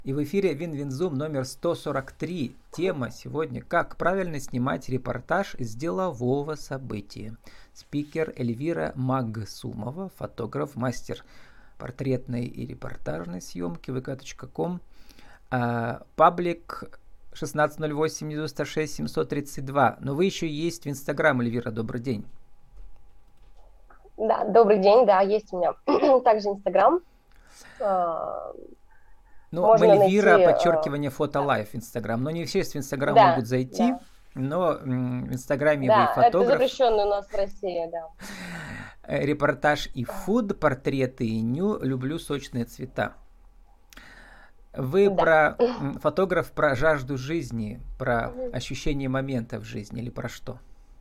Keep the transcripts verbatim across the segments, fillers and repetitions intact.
И в эфире Винвинзум номер сто сорок три. Тема сегодня «Как правильно снимать репортаж из делового события». Спикер Эльвира Магсумова, фотограф, мастер портретной и репортажной съемки, вэ ка точка ком, а, паблик шестнадцать ноль восемь девяносто шесть семьсот тридцать два. Но вы еще есть в Инстаграм, Эльвира, добрый день. Да, добрый день, да, есть у меня также Инстаграм. Ну, Можно Эльвира, найти... подчеркивание, фото Да, лайф Инстаграм. Но не все в Инстаграм да, могут зайти, да. но м, в Инстаграме вы Да, это фотограф. запрещенный у нас в России, да. Э, Репортаж и фуд, портреты и ню, люблю сочные цвета. Вы Да. про м, фотограф про жажду жизни, про Мгм. ощущение момента в жизни или про что?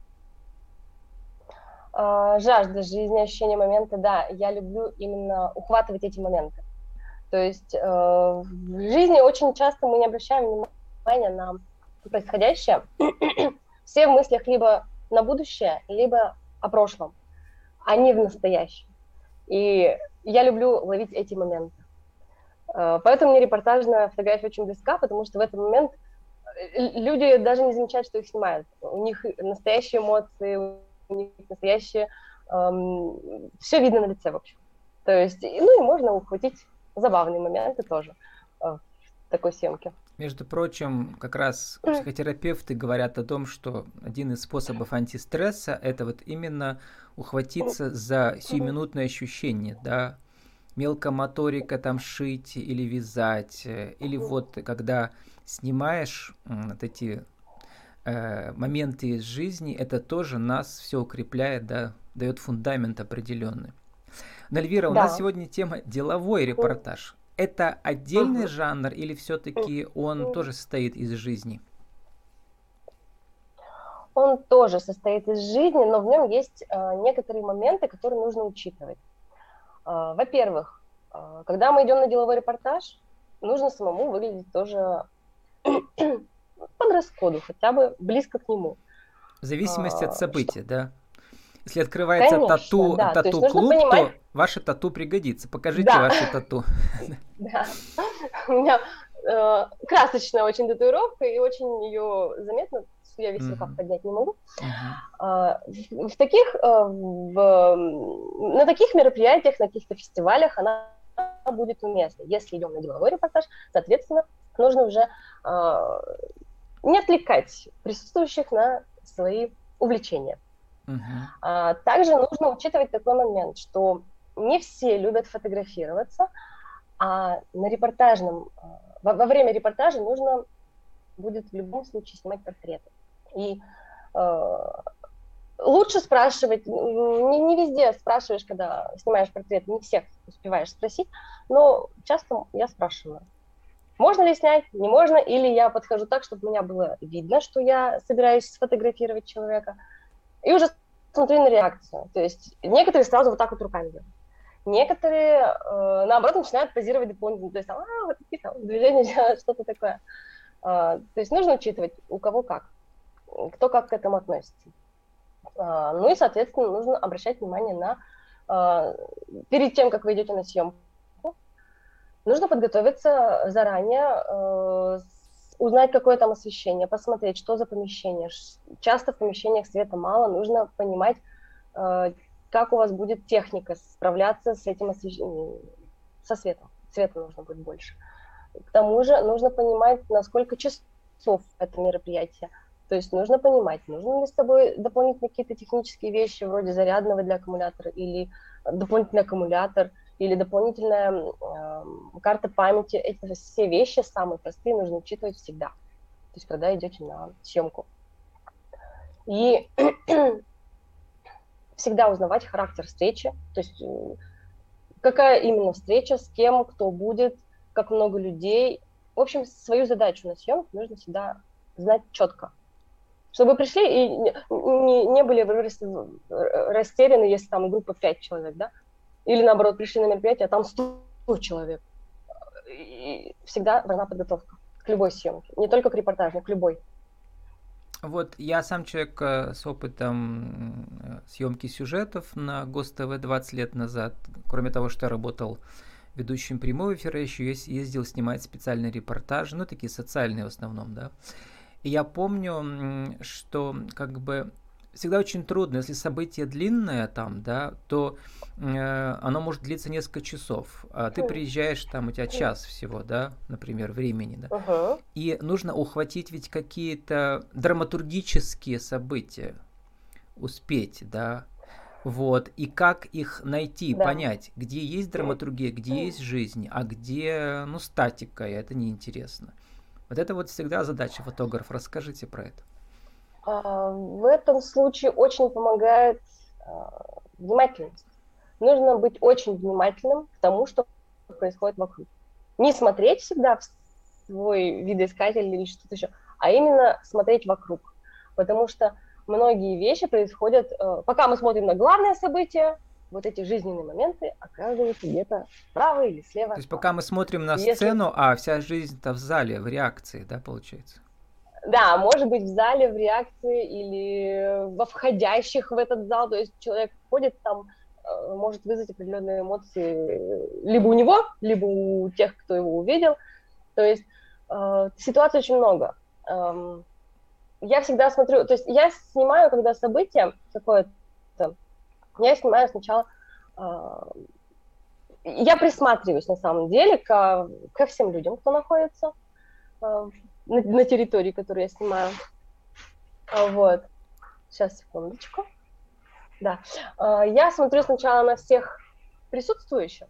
А, Жажда жизни, ощущение момента, да, я люблю именно ухватывать эти моменты. То есть э, в жизни очень часто мы не обращаем внимания на происходящее. Все в мыслях либо на будущее, либо о прошлом, а не в настоящем. И я люблю ловить эти моменты. Э, Поэтому мне репортажная фотография очень близка, потому что в этот момент э, люди даже не замечают, что их снимают. У них настоящие эмоции, у них настоящие... эм, все видно на лице, в общем. То есть, и- ну и можно ухватить забавные моменты тоже э, в такой съемке. Между прочим, как раз психотерапевты говорят о том, что один из способов антистресса – это вот именно ухватиться за сиюминутное ощущение, да, мелкомоторика там шить или вязать, э, или вот когда снимаешь м, вот эти э, моменты из жизни, это тоже нас все укрепляет, да, дает фундамент определенный. Но, Эльвира, у нас Да. сегодня тема деловой репортаж. Это отдельный Мгм. жанр или все-таки он тоже состоит из жизни? Он тоже состоит из жизни, но в нем есть э, некоторые моменты, которые нужно учитывать. Э, во-первых, э, когда мы идем на деловой репортаж, нужно самому выглядеть тоже под расходу, хотя бы близко к нему. В зависимости от Э, что... события, да? Если открывается Конечно, тату, да. То есть нужно тату-клуб, понимать, то ваше тату пригодится. Покажите да, ваше тату. да. У меня э, красочная очень татуировка, и очень ее заметно, я весь рукав Мгм. поднять не могу. Мгм. А, В, в таких, э, в, на таких мероприятиях, на каких-то фестивалях она будет уместна. Если идем на деловой репортаж, соответственно, нужно уже э, не отвлекать присутствующих на свои увлечения. Мгм. А, Также нужно учитывать такой момент, что не все любят фотографироваться, а на репортажном, а, во, во время репортажа нужно будет в любом случае снимать портреты. И э, лучше спрашивать, не, не везде спрашиваешь, когда снимаешь портрет, не всех успеваешь спросить, но часто я спрашиваю, можно ли снять, не можно, или я подхожу так, чтобы меня было видно, что я собираюсь сфотографировать человека, и уже смотрю на реакцию. То есть некоторые сразу вот так вот руками делают. Некоторые, э, наоборот, начинают позировать дополнительно. То есть, там, а, вот такие там движения делают, что-то такое. А, то есть нужно учитывать, у кого как, кто как к этому относится. А, ну и, соответственно, нужно обращать внимание на... А, перед тем, как вы идете на съемку, нужно подготовиться заранее, э, узнать, какое там освещение, посмотреть, что за помещение. Часто в помещениях света мало, нужно понимать, э, как у вас будет техника справляться с этим освещением, со светом. Света нужно будет больше. К тому же нужно понимать, на сколько часов это мероприятие. То есть нужно понимать, нужны ли с тобой дополнительные какие-то технические вещи, вроде зарядного для аккумулятора, или дополнительный аккумулятор, или дополнительная э, карта памяти. Эти все вещи, самые простые, нужно учитывать всегда. То есть когда идете на съемку. И всегда узнавать характер встречи, то есть какая именно встреча, с кем, кто будет, как много людей. В общем, свою задачу на съемке нужно всегда знать четко. Чтобы пришли и не, не, не были растеряны, если там группа пять человек, да? Или наоборот, пришли на мероприятие, а там сто человек. И всегда важна подготовка к любой съемке. Не только к репортажу, к любой. Вот я сам человек э, с опытом э, съемки сюжетов на ГОС-ТВ двадцать лет назад. Кроме того, что я работал ведущим прямого эфира, еще ездил снимать специальные репортажи, ну, такие социальные в основном, да. И я помню, что как бы всегда очень трудно, если событие длинное там, да, то э, оно может длиться несколько часов. А ты приезжаешь, там у тебя час всего, да, например, времени, да. Uh-huh. И нужно ухватить ведь какие-то драматургические события, успеть, да. Вот, и как их найти, Да. понять, где есть драматургия, где есть жизнь, а где, ну, статика, и это неинтересно. Вот это вот всегда задача фотографа. Расскажите про это. В этом случае очень помогает внимательность. Нужно быть очень внимательным к тому, что происходит вокруг. Не смотреть всегда в свой видоискатель или что-то еще, а именно смотреть вокруг. Потому что многие вещи происходят, пока мы смотрим на главное событие, вот эти жизненные моменты оказываются где-то справа или слева. То есть пока мы смотрим на Если... сцену, а вся жизнь-то в зале, в реакции, да, получается? Да, может быть, в зале, в реакции или во входящих в этот зал. То есть человек входит там, может вызвать определенные эмоции либо у него, либо у тех, кто его увидел. То есть э, ситуаций очень много. Эм, я всегда смотрю, то есть я снимаю, когда событие какое-то, я снимаю сначала, э, я присматриваюсь на самом деле ко, ко всем людям, кто находится э, на, на территории, которую я снимаю. Вот. Сейчас, секундочку. Да. Э, я смотрю сначала на всех присутствующих,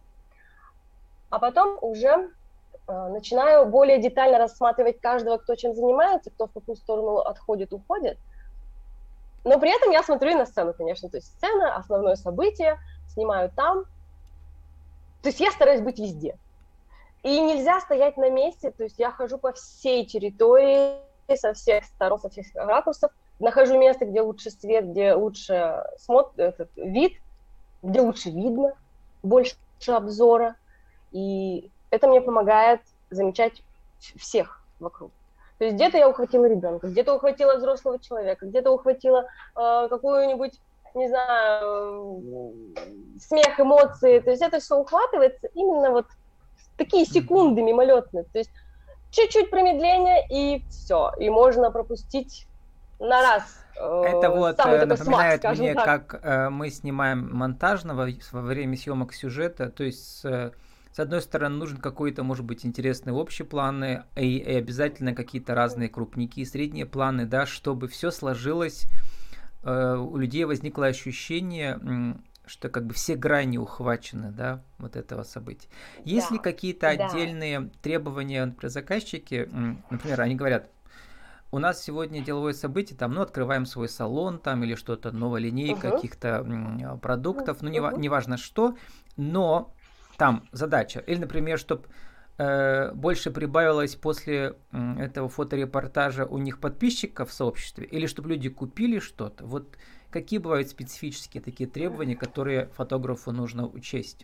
а потом уже э, начинаю более детально рассматривать каждого, кто чем занимается, кто в какую сторону отходит, уходит. Но при этом я смотрю и на сцену, конечно. То есть сцена, основное событие, снимаю там. То есть я стараюсь быть везде. И нельзя стоять на месте, то есть я хожу по всей территории, со всех сторон, со всех ракурсов, нахожу место, где лучше свет, где лучше смотр, этот, вид, где лучше видно, больше обзора. И это мне помогает замечать всех вокруг. То есть где-то я ухватила ребенка, где-то ухватила взрослого человека, где-то ухватила э, какую-нибудь, не знаю, смех, эмоции. То есть это все ухватывается именно вот такие секунды мимолетные. То есть чуть-чуть промедления и все. И можно пропустить на раз. Э, это вот самый напоминает смак, мне, так. как э, мы снимаем монтажного во время съемок сюжета. То есть э, с одной стороны, нужен какой-то, может быть, интересный общий план, и, и обязательно какие-то разные крупники, средние планы, да, чтобы все сложилось, э, у людей возникло ощущение, что как бы все грани ухвачены, да, вот этого события. Есть Да, ли какие-то да. отдельные требования, например, заказчики, например, они говорят, у нас сегодня деловое событие, там, ну, открываем свой салон, там, или что-то, новая линейка uh-huh. каких-то продуктов, ну, не, uh-huh. не важно что, но там задача, или, например, чтобы э, больше прибавилось после э, этого фоторепортажа у них подписчиков в сообществе, или чтобы люди купили что-то. Вот какие бывают специфические такие требования, которые фотографу нужно учесть?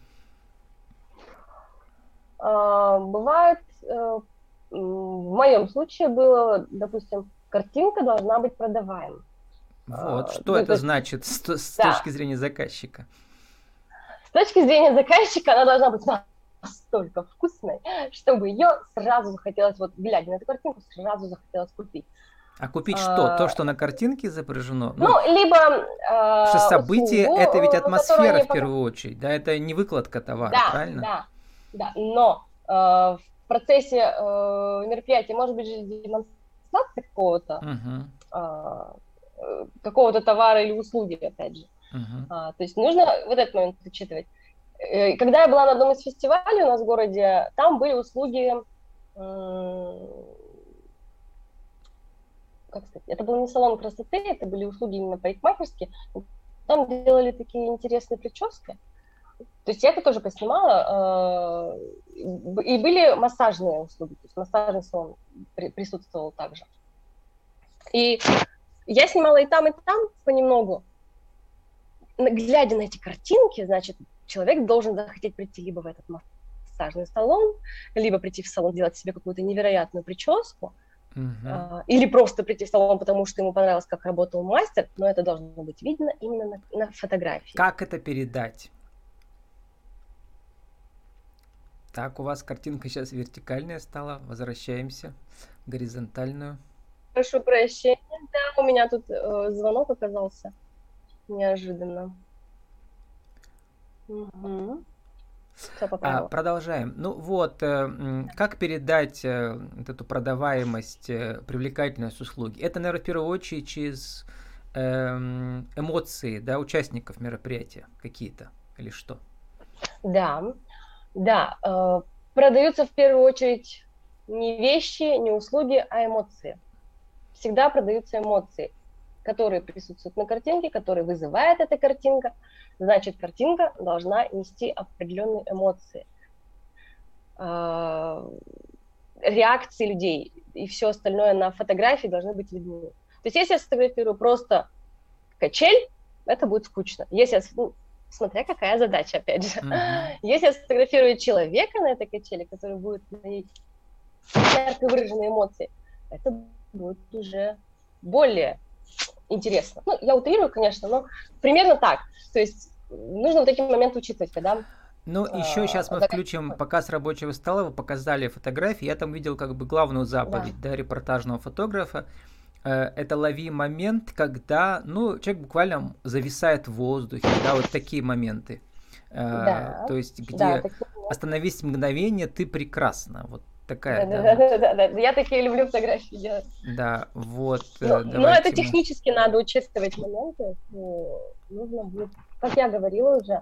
А, бывает, э, в моем случае было, допустим, картинка должна быть продаваемой. Вот, а, что ну, это есть, значит с, с да. точки зрения заказчика? С точки зрения заказчика она должна быть настолько вкусной, чтобы ее сразу захотелось, вот глядя на эту картинку, сразу захотелось купить. А купить что? А, то, что на картинке изображено? Ну, ну либо э, что событие услугу, это ведь атмосфера в пока... первую очередь, да, это не выкладка товара, да, правильно? Да, да, но э, в процессе э, мероприятия может быть же демонстрация какого-то, uh-huh. э, какого-то товара или услуги, опять же. Uh-huh. А, то есть нужно вот этот момент учитывать. Когда я была на одном из фестивалей у нас в городе, там были услуги, э, как сказать, это был не салон красоты, это были услуги именно парикмахерские. Там делали такие интересные прически. То есть я это тоже поснимала. Э, и были массажные услуги, то есть массажный салон при, присутствовал также. И я снимала и там, и там понемногу. Глядя на эти картинки, значит, человек должен захотеть прийти либо в этот массажный салон, либо прийти в салон, делать себе какую-то невероятную прическу, uh-huh. или просто прийти в салон, потому что ему понравилось, как работал мастер, но это должно быть видно именно на, на фотографии. Как это передать? Так, у вас картинка сейчас вертикальная стала. Возвращаемся в горизонтальную. Прошу прощения, да, у меня тут э, звонок оказался неожиданно. Угу. Все А, поправила. продолжаем. Ну вот, э, м, как передать э, вот эту продаваемость, э, привлекательность услуги? Это, наверное, в первую очередь через эм, эмоции, да, участников мероприятия какие-то или что? Да, да, э, продаются в первую очередь не вещи, не услуги, а эмоции. Всегда продаются эмоции, которые присутствуют на картинке, которые вызывает эта картинка. Значит, картинка должна нести определенные эмоции, э, реакции людей и все остальное на фотографии должны быть видны. То есть если я сфотографирую просто качель, это будет скучно. Если я, ну, смотря какая задача, опять же. Мгм. Если я сфотографирую человека на этой качели, который будет иметь ярко выраженные эмоции, это будет уже более интересно. Ну, я утрирую, конечно, но примерно так. То есть нужно вот эти моменты учитывать, когда Ну, еще сейчас э, мы задача включим приходит. показ рабочего стола. Вы показали фотографии. Я там видел как бы главную Да, заповедь, да, репортажного фотографа. Э, Это лови момент, когда, ну, человек буквально зависает в воздухе, да, вот такие моменты. Э, да, То есть, да, где такие моменты. остановись мгновение, ты прекрасна. Вот Да, такая, да, да, да, вот. да, да, да. Я такие люблю фотографии делать. Да, вот, Но, э, но это давайте мы... технически надо учитывать моменты. Что нужно будет, как я говорила уже,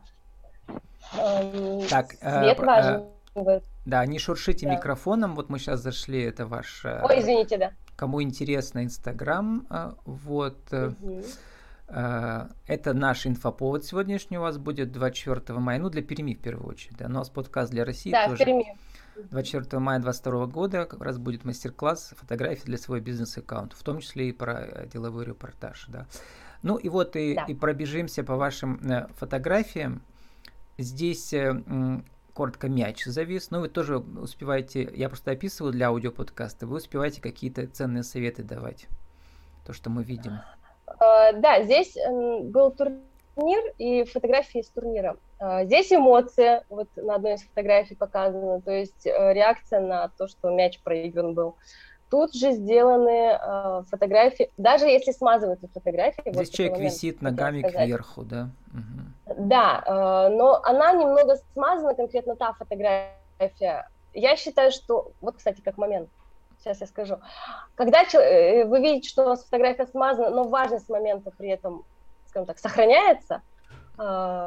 эм, Так, э, свет про- э, важен. в- да, не шуршите Да. микрофоном. Вот мы сейчас зашли, это ваш... Ой, э, извините, да. Кому интересно, Инстаграм. э, Вот. э, Мгм. э, Это наш инфоповод сегодняшний у вас будет двадцать четвёртого мая. Ну, для Перми в первую очередь. Да. Но у нас подкаст для России Да, в тоже. Перми. двадцать четвёртого мая двадцать второго года как раз будет мастер-класс фотографий для своего бизнес-аккаунта, в том числе и про э, деловой репортаж. Да. Ну и вот и, Да. и пробежимся по вашим э, фотографиям. Здесь э, м, коротко мяч завис, но вы тоже успеваете, я просто описываю для аудиоподкаста, вы успеваете какие-то ценные советы давать, то, что мы видим. Э, Да, здесь м, был турнир и фотографии с турнира. Э, Здесь эмоции, вот на одной из фотографий показано, то есть э, реакция на то, что мяч проигран был. Тут же сделаны э, фотографии, даже если смазываются фотографии, Здесь вот такой человек момент висит хотела ногами сказать. кверху, да? Мгм. Да, э, но она немного смазана, конкретно та фотография. Я считаю, что... Вот, кстати, как момент. Сейчас я скажу. Когда чел- э, вы видите, что у вас фотография смазана, но важность момента при этом, скажем так, сохраняется, э,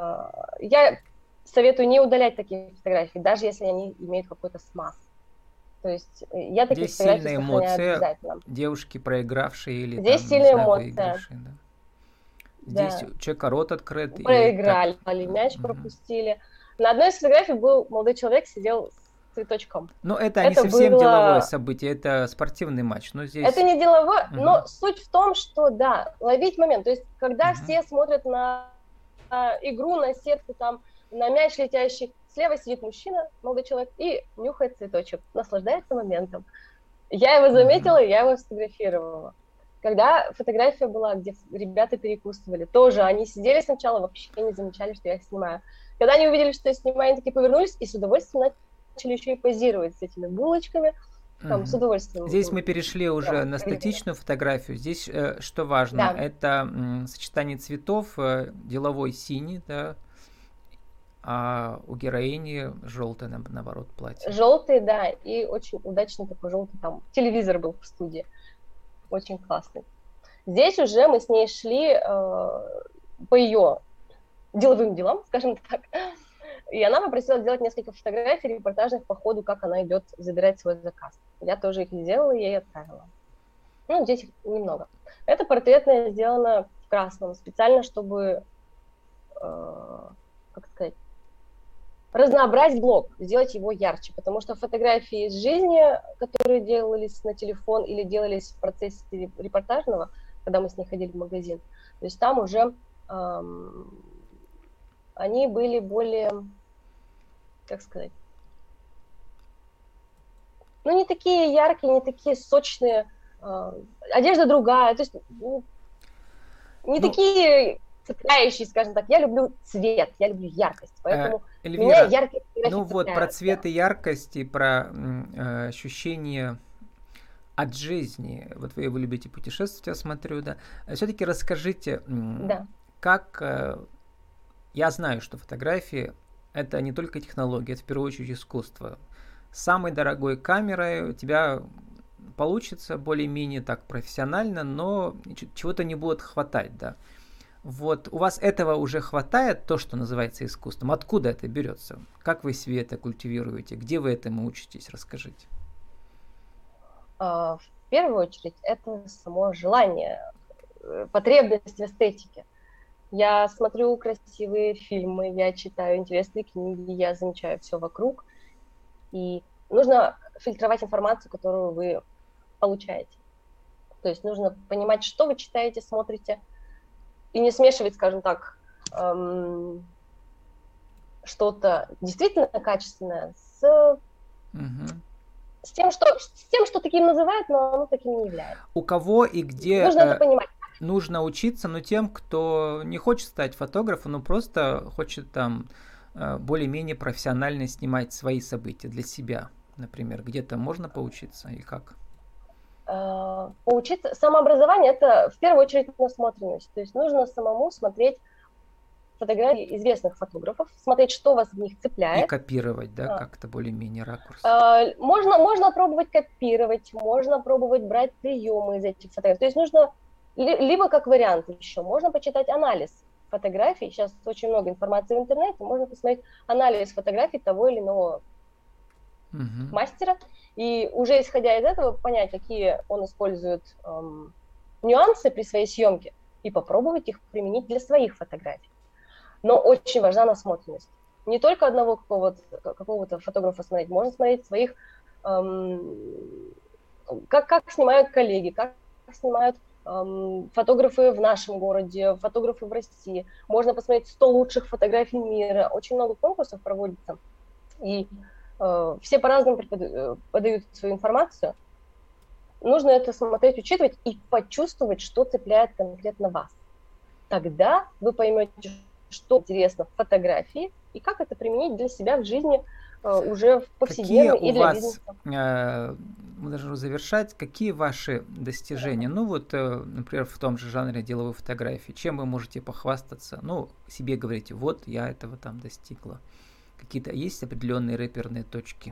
я советую не удалять такие фотографии, даже если они имеют какой-то смаз. То есть э, я такие Здесь фотографии сильная сохраняю эмоция обязательно. девушки, проигравшие или Здесь там, не сильная знаю, эмоция. выигравшие, да. Здесь Да. у человека рот открыт и так. Проиграли, мяч Мгм. пропустили. На одной из фотографий был молодой человек, сидел с цветочком. Но это не Это совсем деловое было... событие, это спортивный матч. Но Это здесь... не деловое, Мгм. но суть в том, что, да, ловить момент. То есть, когда Мгм. все смотрят на а, игру, на сетку, там, на мяч летящий, слева сидит мужчина, молодой человек, и нюхает цветочек, наслаждается моментом. Я его заметила, Мгм. и я его сфотографировала. Когда фотография была, где ребята перекусывали, тоже они сидели сначала, вообще не замечали, что я их снимаю. Когда они увидели, что я снимаю, они такие повернулись и с удовольствием начали еще и позировать с этими булочками. Там с Мгм. удовольствием. Здесь мы перешли уже Прям на проглядели. статичную фотографию. Здесь э, что важно, Да, это м, сочетание цветов, э, деловой синий, да, а у героини желтое, на- наоборот, платье. желтый, да, и очень удачный такой желтый там телевизор был в студии. Очень классный. Здесь уже мы с ней шли э, по ее деловым делам, скажем так. И она попросила сделать несколько фотографий репортажных по ходу, как она идет забирать свой заказ. Я тоже их сделала и ей отправила. Ну, здесь их немного. Это портретное сделано в красном, специально, чтобы, э, как сказать, разнообразить блог, сделать его ярче, потому что фотографии из жизни, которые делались на телефон или делались в процессе репортажного, когда мы с ней ходили в магазин, то есть там уже эм, они были более, как сказать, ну, не такие яркие, не такие сочные, э, одежда другая, то есть ну, не Ну, такие цепляющий, скажем так. Я люблю цвет, я люблю яркость, поэтому э, меня Эльвира, яркие фотографии ну вот цепляют. про цвет и яркость и про э, ощущение от жизни. Вот вы, вы любите путешествовать, я смотрю, да. Все-таки расскажите, Да. как... Э, я знаю, что фотографии — это не только технология, это в первую очередь искусство. С самой дорогой камерой у тебя получится более-менее так профессионально, но чего-то не будет хватать, да. Вот у вас этого уже хватает, то, что называется искусством? Откуда это берется? Как вы себе это культивируете? Где вы этому учитесь? Расскажите. В первую очередь, это само желание, потребность в эстетике. Я смотрю красивые фильмы, я читаю интересные книги, я замечаю все вокруг. И нужно фильтровать информацию, которую вы получаете. То есть нужно понимать, что вы читаете, смотрите, и не смешивать, скажем так, эм, что-то действительно качественное с, угу. с, тем, что, с тем, что таким называют, но оно таким не является. У кого и где нужно это понимать. Нужно учиться, но тем, кто не хочет стать фотографом, но просто хочет там более-менее профессионально снимать свои события для себя, например, где-то можно поучиться или как? Поучиться, самообразование — это в первую очередь насмотренность, то есть нужно самому смотреть фотографии известных фотографов, смотреть, что вас в них цепляет. И копировать, да, а. как-то более-менее ракурс. Можно, можно пробовать копировать, можно пробовать брать приемы из этих фотографий, то есть нужно, либо как вариант еще, можно почитать анализ фотографий, сейчас очень много информации в интернете, можно посмотреть анализ фотографий того или иного угу. мастера, и уже исходя из этого понять, какие он использует эм, нюансы при своей съемке, и попробовать их применить для своих фотографий. Но очень важна насмотренность. Не только одного какого-то, какого-то фотографа смотреть, можно смотреть своих, эм, как, как снимают коллеги, как снимают эм, фотографы в нашем городе, фотографы в России. Можно посмотреть сто лучших фотографий мира. Очень много конкурсов проводится, и э, все по-разному преподают, подают свою информацию. Нужно это смотреть, учитывать и почувствовать, что цепляет конкретно вас. Тогда вы поймете, что интересно в фотографии и как это применить для себя в жизни э, уже в повседневной и для вас, бизнеса. Э, мы должны завершать. Какие ваши достижения? Ну вот, э, например, в том же жанре деловой фотографии. Чем вы можете похвастаться? Ну, себе говорите, вот я этого там достигла. Какие-то есть определенные реперные точки?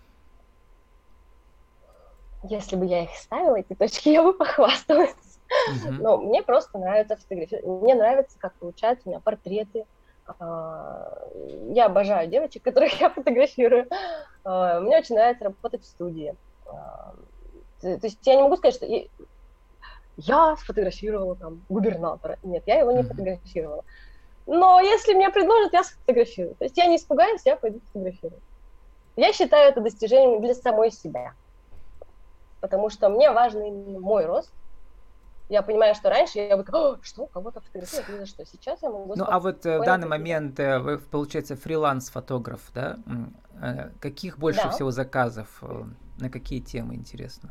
Если бы я их ставила, эти точки, я бы похвасталась. Uh-huh. Но мне просто нравится фотографировать. Мне нравится, как получаются у меня портреты. Я обожаю девочек, которых я фотографирую. Мне очень нравится работать в студии. То есть я не могу сказать, что я сфотографировала там губернатора. Нет, я его не uh-huh. фотографировала. Но если мне предложат, я сфотографирую. То есть я не испугаюсь, я пойду фотографирую. Я считаю это достижением для самой себя. Потому что мне важен именно мой рост. Я понимаю, что раньше я бы говорила, что, кого-то фотографировать, ни за что. Сейчас я могу... Ну, а вот в данный момент вы, получается, фриланс-фотограф, да? Каких больше да. всего заказов? На какие темы, интересно?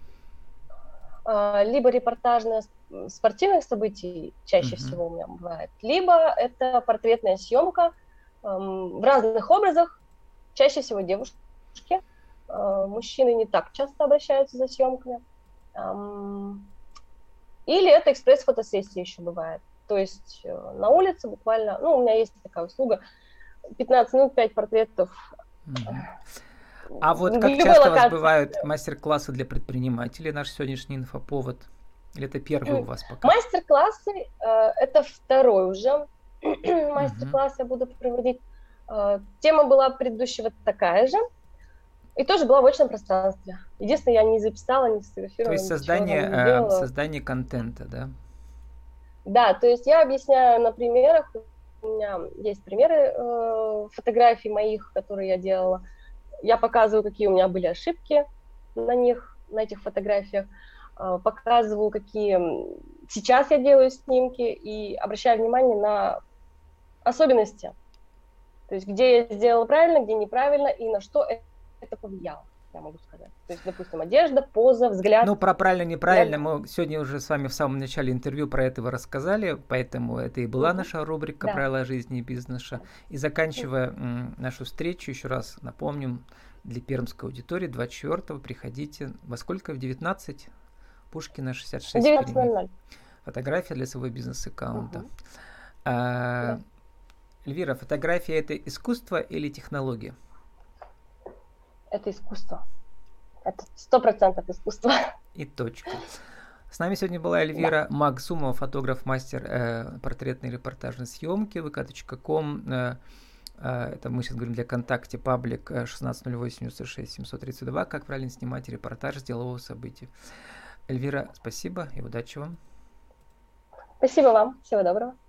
Либо репортажные спортивных событий, чаще uh-huh. всего у меня бывает, либо это портретная съемка в разных образах, чаще всего девушки. Мужчины не так часто обращаются за съемками. Или это экспресс-фотосессия еще бывает. То есть на улице буквально, ну, у меня есть такая услуга, пятнадцать минут, пять портретов. Mm-hmm. А вот как часто локации. У вас бывают мастер-классы для предпринимателей, наш сегодняшний инфоповод? Или это первый у вас пока? Мастер-классы, это второй уже мастер-класс mm-hmm. я буду проводить. Тема была предыдущего такая же. И тоже была в очном пространстве. Единственное, я не записала, не сфотографировала. То есть создание, э, создание контента, да? Да, то есть я объясняю на примерах. У меня есть примеры э, фотографий моих, которые я делала. Я показываю, какие у меня были ошибки на них, на этих фотографиях. Э, показываю, какие сейчас я делаю снимки и обращаю внимание на особенности. То есть где я сделала правильно, где неправильно и на что это это повлияло. я могу сказать. То есть, допустим, одежда, поза, взгляд. Ну, про правильно-неправильно, мы сегодня уже с вами в самом начале интервью про это вы рассказали, поэтому это и была угу. наша рубрика да. «Правила жизни и бизнеса». И заканчивая м, нашу встречу, еще раз напомним, для пермской аудитории двадцать четвёртого приходите, во сколько? В девятнадцать? Пушкина, шестьдесят шесть. девятнадцать ноль ноль. Фотография для своего бизнес-аккаунта. Угу. А, да. Эльвира, фотография – это искусство или технология? Это искусство. Это сто процентов искусство. И точка. С нами сегодня была Эльвира да. Магсумова, фотограф, мастер э, портретной и репортажной съемки, вэ ка точка ком. Э, э, это мы сейчас говорим для ВКонтакте, паблик шестнадцать ноль восемь девяносто шесть семьсот тридцать два. Как правильно снимать репортаж с делового события. Эльвира, спасибо и удачи вам. Спасибо вам. Всего доброго.